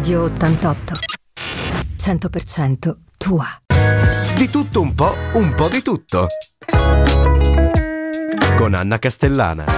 Radio 88. 100% tua. Di tutto un po' di tutto. Con Anna Castellana.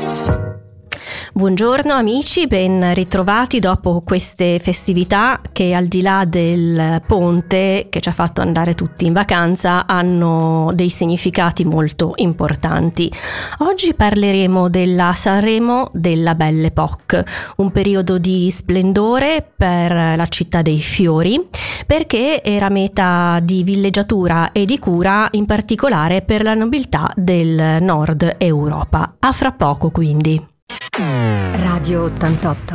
Buongiorno amici, ben ritrovati dopo queste festività che, al di là del ponte che ci ha fatto andare tutti in vacanza, hanno dei significati molto importanti. Oggi parleremo della Sanremo della Belle Époque, un periodo di splendore per la città dei fiori, perché era meta di villeggiatura e di cura, in particolare per la nobiltà del nord Europa. A fra poco quindi. Radio 88.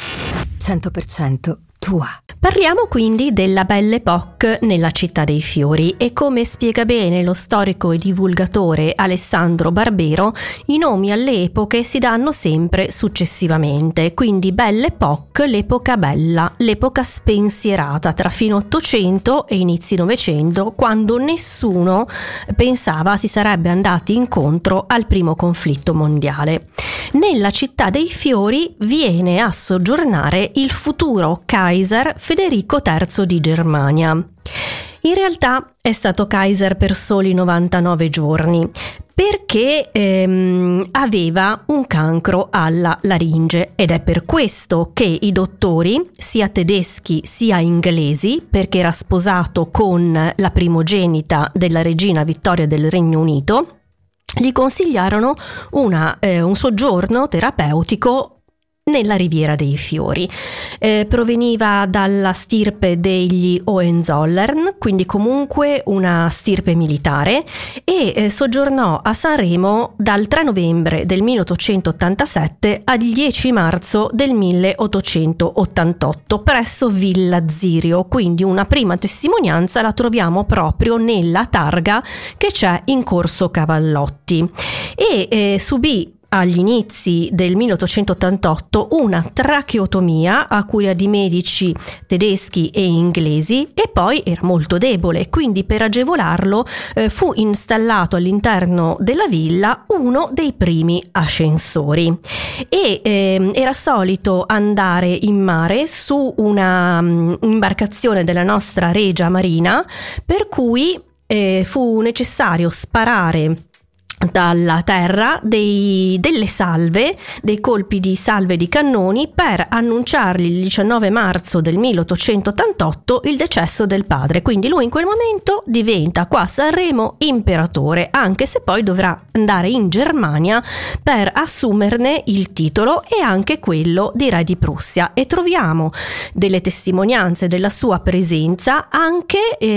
100% tua. Parliamo quindi della Belle Époque nella città dei fiori e, come spiega bene lo storico e divulgatore Alessandro Barbero, i nomi alle epoche si danno sempre successivamente. Quindi Belle Époque, l'epoca bella, l'epoca spensierata tra fine 800 e inizi 900, quando nessuno pensava si sarebbe andati incontro al primo conflitto mondiale. Nella città dei fiori viene a soggiornare il futuro Kaiser Federico III di Germania. In realtà è stato Kaiser per soli 99 giorni, perché aveva un cancro alla laringe, ed è per questo che i dottori, sia tedeschi sia inglesi, perché era sposato con la primogenita della regina Vittoria del Regno Unito, gli consigliarono un soggiorno terapeutico nella Riviera dei Fiori. Proveniva dalla stirpe degli Hohenzollern, quindi comunque una stirpe militare, e soggiornò a Sanremo dal 3 novembre del 1887 al 10 marzo del 1888 presso Villa Zirio, quindi una prima testimonianza la troviamo proprio nella targa che c'è in Corso Cavallotti, e subì agli inizi del 1888 una tracheotomia a cura di medici tedeschi e inglesi, e poi era molto debole, quindi per agevolarlo fu installato all'interno della villa uno dei primi ascensori, e era solito andare in mare su una imbarcazione della nostra Regia Marina, per cui fu necessario sparare dalla terra delle salve, dei colpi di salve di cannoni, per annunciargli il 19 marzo del 1888 il decesso del padre. Quindi lui in quel momento diventa qua a Sanremo imperatore, anche se poi dovrà andare in Germania per assumerne il titolo e anche quello di re di Prussia, e troviamo delle testimonianze della sua presenza anche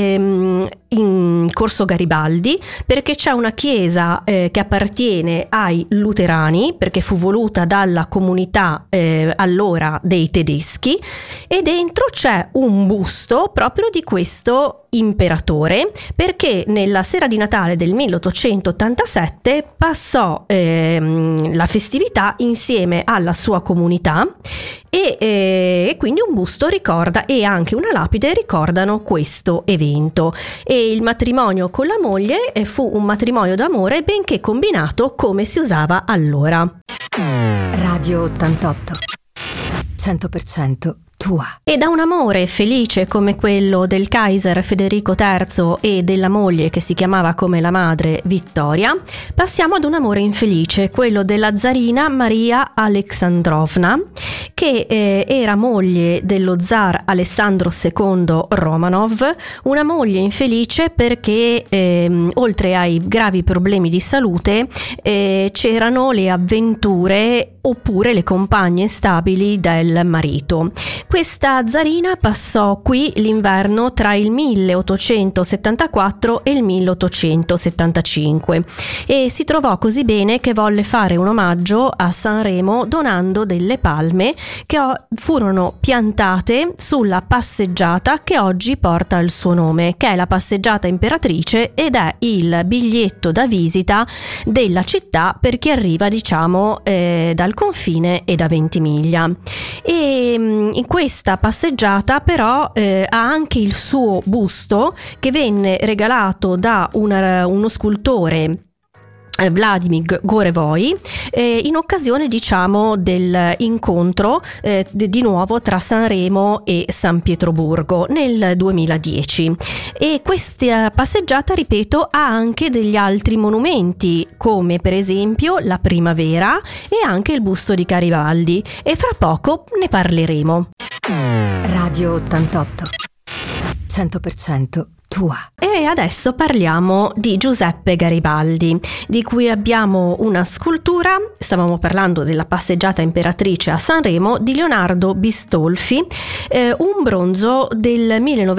in Corso Garibaldi, perché c'è una chiesa che appartiene ai luterani, perché fu voluta dalla comunità allora dei tedeschi, e dentro c'è un busto proprio di questo imperatore, perché nella sera di Natale del 1887 passò la festività insieme alla sua comunità, e quindi un busto ricorda, e anche una lapide ricordano questo evento. E il matrimonio con la moglie fu un matrimonio d'amore, benché combinato come si usava allora. Radio 88. 100% tua. E da un amore felice come quello del Kaiser Federico III e della moglie che si chiamava come la madre Vittoria, passiamo ad un amore infelice, quello della zarina Maria Alexandrovna, che era moglie dello zar Alessandro II Romanov, una moglie infelice perché oltre ai gravi problemi di salute c'erano le avventure oppure le compagne stabili del marito. Questa zarina passò qui l'inverno tra il 1874 e il 1875 e si trovò così bene che volle fare un omaggio a Sanremo donando delle palme che furono piantate sulla passeggiata che oggi porta il suo nome, che è la passeggiata imperatrice, ed è il biglietto da visita della città per chi arriva dal confine e da Ventimiglia. E in questa passeggiata però ha anche il suo busto che venne regalato da uno scultore Vladimir Gorevoi, in occasione del incontro di nuovo tra Sanremo e San Pietroburgo nel 2010. E questa passeggiata, ripeto, ha anche degli altri monumenti, come per esempio la Primavera e anche il busto di Garibaldi, e fra poco ne parleremo. Radio 88 100% tua. E adesso parliamo di Giuseppe Garibaldi, di cui abbiamo una scultura. Stavamo parlando della passeggiata imperatrice a Sanremo di Leonardo Bistolfi, un bronzo del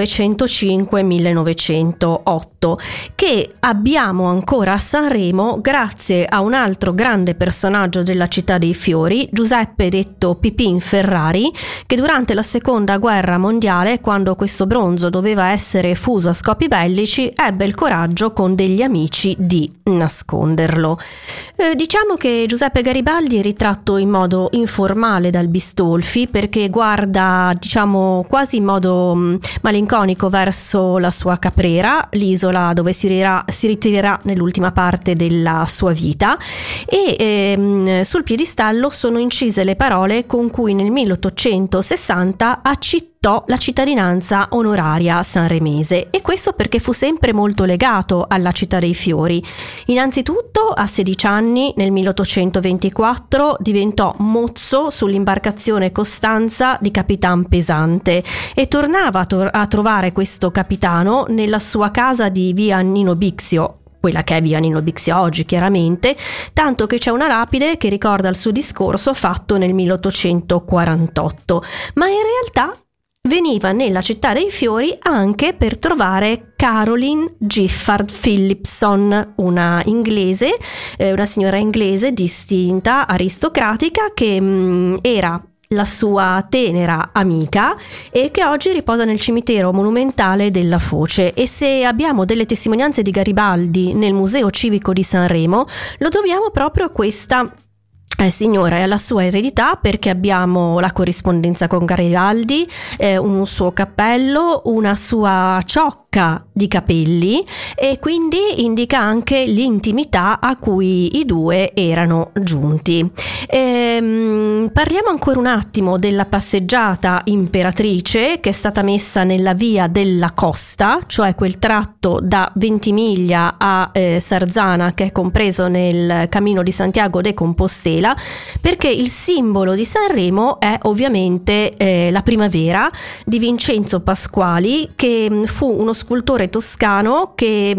1905-1908 che abbiamo ancora a Sanremo grazie a un altro grande personaggio della città dei fiori, Giuseppe detto Pipin Ferrari, che durante la seconda guerra mondiale, quando questo bronzo doveva essere fuso a scopi bellici, ebbe il coraggio con degli amici di nasconderlo. Diciamo che Giuseppe Garibaldi è ritratto in modo informale dal Bistolfi, perché guarda, diciamo, quasi in modo malinconico verso la sua Caprera, l'isola dove si ritirerà nell'ultima parte della sua vita, e sul piedistallo sono incise le parole con cui nel 1860 accettò la cittadinanza onoraria sanremese, e questo perché fu sempre molto legato alla città dei fiori. Innanzitutto a 16 anni, nel 1824, diventò mozzo sull'imbarcazione Costanza di Capitan Pesante e tornava a trovare questo capitano nella sua casa di via Nino Bixio, quella che è via Nino Bixio oggi chiaramente, tanto che c'è una lapide che ricorda il suo discorso fatto nel 1848, ma in realtà veniva nella città dei fiori anche per trovare Caroline Giffard Phillipson, una signora inglese distinta, aristocratica, che era la sua tenera amica e che oggi riposa nel cimitero monumentale della Foce. E se abbiamo delle testimonianze di Garibaldi nel Museo Civico di Sanremo, lo dobbiamo proprio a questa signora e alla sua eredità, perché abbiamo la corrispondenza con Garibaldi, un suo cappello, una sua ciocca di capelli, e quindi indica anche l'intimità a cui i due erano giunti. Parliamo ancora un attimo della passeggiata imperatrice, che è stata messa nella via della Costa, cioè quel tratto da Ventimiglia a Sarzana, che è compreso nel Cammino di Santiago de Compostela, perché il simbolo di Sanremo è ovviamente la Primavera di Vincenzo Pasquali, che fu uno scultore toscano che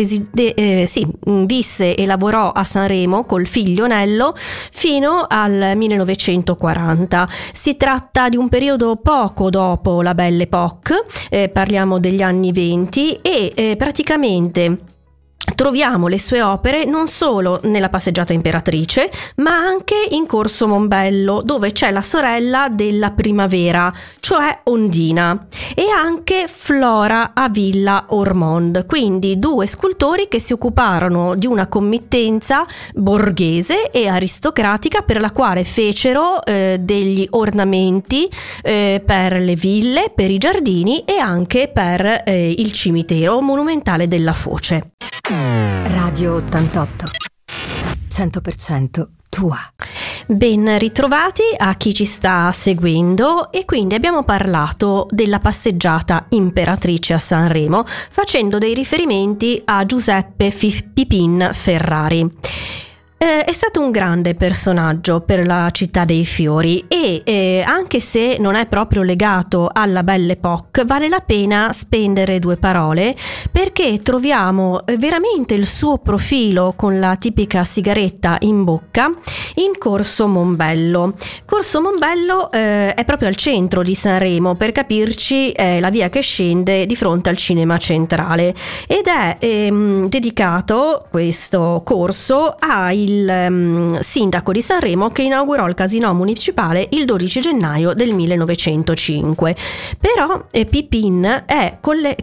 visse e lavorò a Sanremo col figlio Nello fino al 1940. Si tratta di un periodo poco dopo la Belle Époque, parliamo degli anni 20, e praticamente troviamo le sue opere non solo nella passeggiata imperatrice, ma anche in Corso Mombello, dove c'è la sorella della Primavera, cioè Ondina, e anche Flora a Villa Ormond, quindi due scultori che si occuparono di una committenza borghese e aristocratica, per la quale fecero degli ornamenti per le ville, per i giardini e anche per il cimitero monumentale della Foce. Radio 88 100% tua. Ben ritrovati a chi ci sta seguendo, e quindi abbiamo parlato della passeggiata imperatrice a Sanremo facendo dei riferimenti a Giuseppe Pipin Ferrari. È stato un grande personaggio per la città dei fiori e anche se non è proprio legato alla Belle Époque, vale la pena spendere due parole, perché troviamo veramente il suo profilo con la tipica sigaretta in bocca in Corso Mombello. Corso Mombello è proprio al centro di Sanremo, per capirci è la via che scende di fronte al cinema centrale, ed è dedicato questo corso ai il sindaco di Sanremo che inaugurò il Casinò municipale il 12 gennaio del 1905. Però Pipin è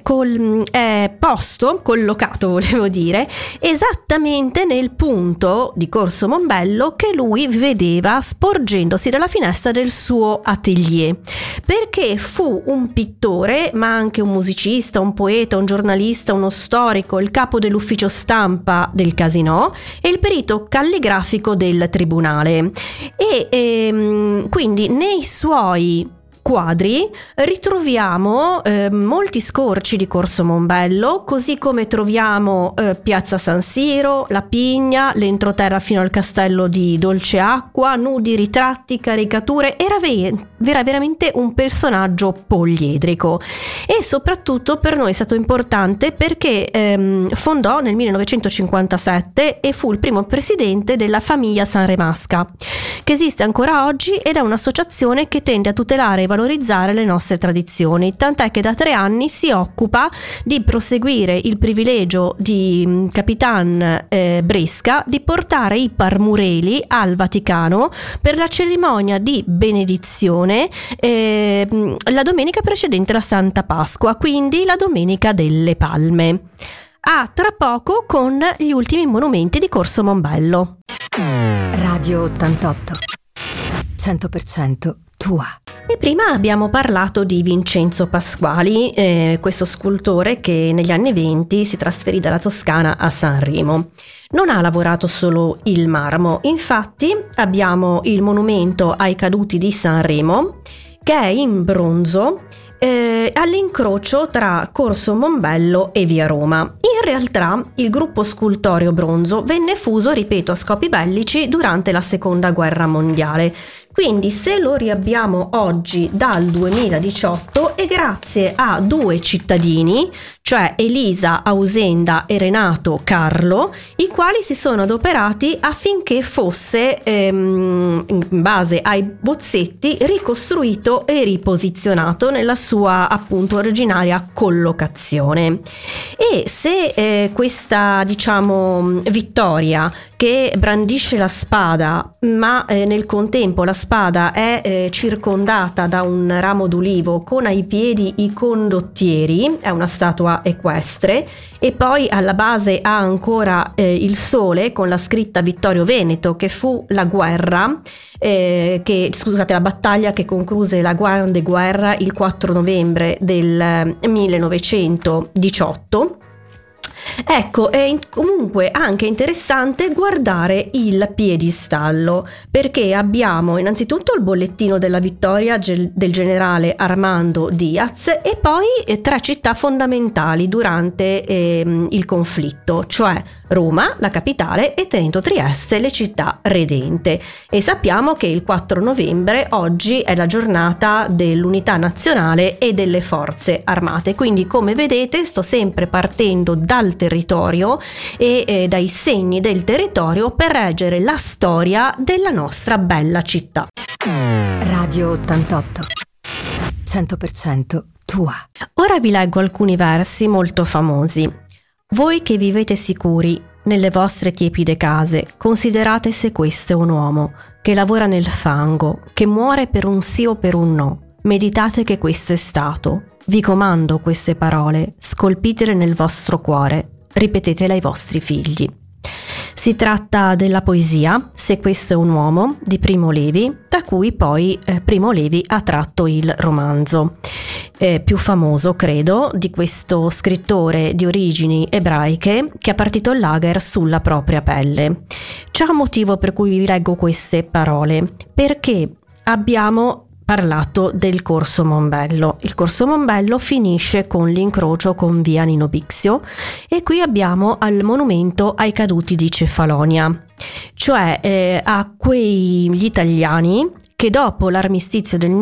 collocato, volevo dire, esattamente nel punto di Corso Mombello che lui vedeva sporgendosi dalla finestra del suo atelier, perché fu un pittore ma anche un musicista, un poeta, un giornalista, uno storico, il capo dell'ufficio stampa del Casinò e il perito calligrafico del tribunale, e quindi nei suoi quadri ritroviamo molti scorci di Corso Mombello, così come troviamo Piazza San Siro, la Pigna, l'entroterra fino al castello di Dolceacqua, nudi, ritratti, caricature. Era veramente un personaggio poliedrico, e soprattutto per noi è stato importante perché fondò nel 1957 e fu il primo presidente della famiglia sanremasca, che esiste ancora oggi ed è un'associazione che tende a tutelare e valorizzare le nostre tradizioni, tant'è che da 3 anni si occupa di proseguire il privilegio di Capitan Bresca di portare i parmureli al Vaticano per la cerimonia di benedizione la domenica precedente la Santa Pasqua, quindi la Domenica delle Palme. Tra poco con gli ultimi monumenti di Corso Mombello. Radio 88 100% tua. E prima abbiamo parlato di Vincenzo Pasquali, questo scultore che negli anni 20 si trasferì dalla Toscana a Sanremo. Non ha lavorato solo il marmo, infatti abbiamo il monumento ai caduti di Sanremo, che è in bronzo all'incrocio tra Corso Mombello e Via Roma. In realtà il gruppo scultoreo bronzo venne fuso, ripeto, a scopi bellici durante la Seconda Guerra Mondiale. Quindi se lo riabbiamo oggi dal 2018 è grazie a 2 cittadini, cioè Elisa Ausenda e Renato Carlo, i quali si sono adoperati affinché fosse, in base ai bozzetti, ricostruito e riposizionato nella sua appunto originaria collocazione. E se questa vittoria che brandisce la spada, ma nel contempo la spada è circondata da un ramo d'ulivo con ai piedi i condottieri, è una statua equestre, e poi alla base ha ancora il sole con la scritta Vittorio Veneto, che fu la guerra, la battaglia che concluse la Grande Guerra il 4 novembre del 1918. Ecco, è comunque anche interessante guardare il piedistallo, perché abbiamo innanzitutto il bollettino della vittoria del generale Armando Diaz e poi 3 città fondamentali durante il conflitto, cioè Roma, la capitale, e Trento Trieste, le città redente. E sappiamo che il 4 novembre oggi è la giornata dell'unità nazionale e delle forze armate, quindi come vedete sto sempre partendo dal territorio e dai segni del territorio per reggere la storia della nostra bella città. Radio 88 100% tua. Ora vi leggo alcuni versi molto famosi. Voi che vivete sicuri nelle vostre tiepide case, considerate se questo è un uomo che lavora nel fango, che muore per un sì o per un no. Meditate che questo è stato. Vi comando queste parole, scolpitele nel vostro cuore, ripetetele ai vostri figli. Si tratta della poesia Se questo è un uomo di Primo Levi, da cui poi Primo Levi ha tratto il romanzo più famoso, credo, di questo scrittore di origini ebraiche che ha partito il lager sulla propria pelle. C'è un motivo per cui vi leggo queste parole, perché abbiamo parlato del Corso Mombello. Il Corso Mombello finisce con l'incrocio con via Nino Bixio e qui abbiamo al monumento ai caduti di Cefalonia, cioè a quegli italiani che dopo l'armistizio del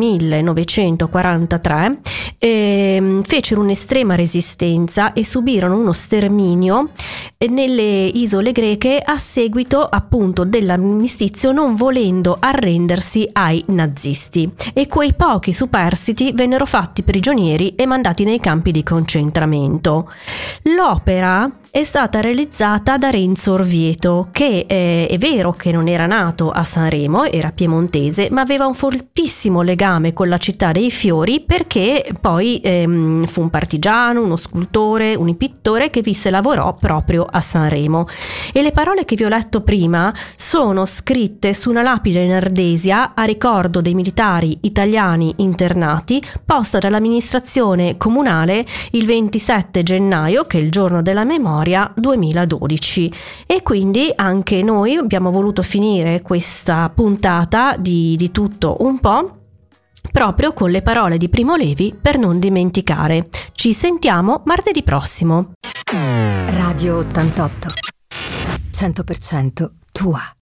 1943 fecero un'estrema resistenza e subirono uno sterminio nelle isole greche a seguito appunto dell'armistizio, non volendo arrendersi ai nazisti, e quei pochi superstiti vennero fatti prigionieri e mandati nei campi di concentramento. L'opera è stata realizzata da Renzo Orvieto, che è vero che non era nato a Sanremo, era piemontese, ma aveva un fortissimo legame con la città dei fiori, perché poi fu un partigiano, uno scultore, un pittore che visse e lavorò proprio a Sanremo. E le parole che vi ho letto prima sono scritte su una lapide in ardesia a ricordo dei militari italiani internati, posta dall'amministrazione comunale il 27 gennaio, che è il giorno della memoria 2012. E quindi anche noi abbiamo voluto finire questa puntata di tutto un po' proprio con le parole di Primo Levi, per non dimenticare. Ci sentiamo martedì prossimo. Radio 88 100% tua.